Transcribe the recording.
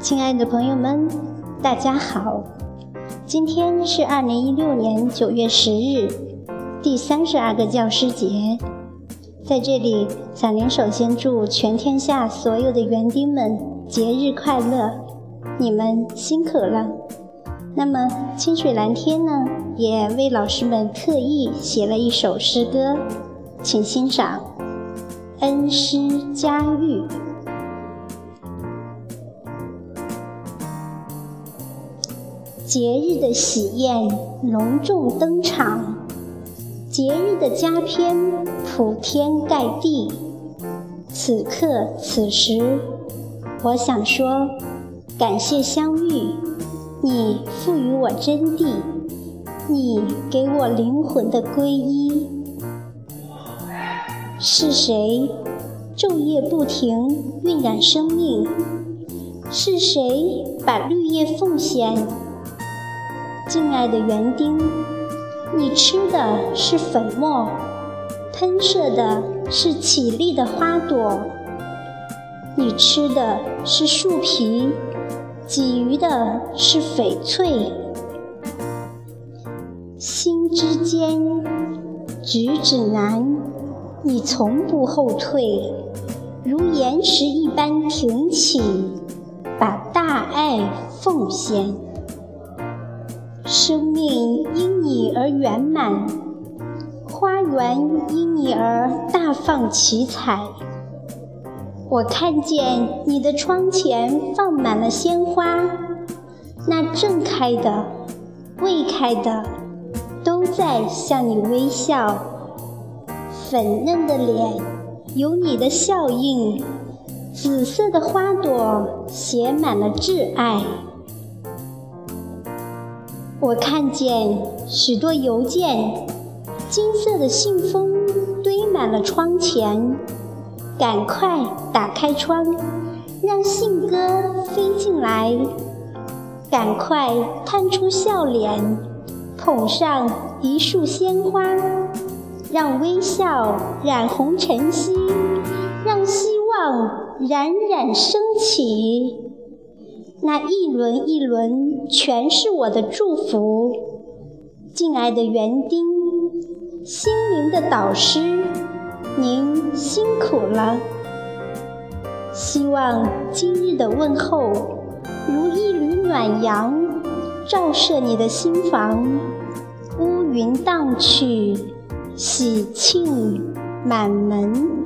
亲爱的朋友们，大家好，今天是2016年9月10日，第32个教师节。在这里，小林首先祝全天下所有的园丁们节日快乐，你们辛苦了。那么清水蓝天呢，也为老师们特意写了一首诗歌，请欣赏《恩师佳育》。节日的喜宴隆重登场，节日的佳篇铺天盖地。此刻此时，我想说，感谢相遇，你赋予我真谛，你给我灵魂的皈依。是谁昼夜不停晕染生命？是谁把绿叶奉献？敬爱的园丁，你吃的是粉末，喷射的是绮丽的花朵，你吃的是树皮，给予的是翡翠。心之间，直指南，你从不后退，如岩石一般挺起，把大爱奉献。生命因你而圆满，花园因你而大放奇彩。我看见你的窗前放满了鲜花，那正开的、未开的，都在向你微笑。粉嫩的脸有你的笑印，紫色的花朵写满了挚爱。我看见许多邮件，金色的信封堆满了窗前，赶快打开窗，让信鸽飞进来，赶快探出笑脸，捧上一束鲜花，让微笑染红晨曦，让希望冉冉升起。那一轮一轮全是我的祝福。敬爱的园丁，心灵的导师，您辛苦了。希望今日的问候如一缕暖阳，照射你的心房，乌云荡去，喜庆满门。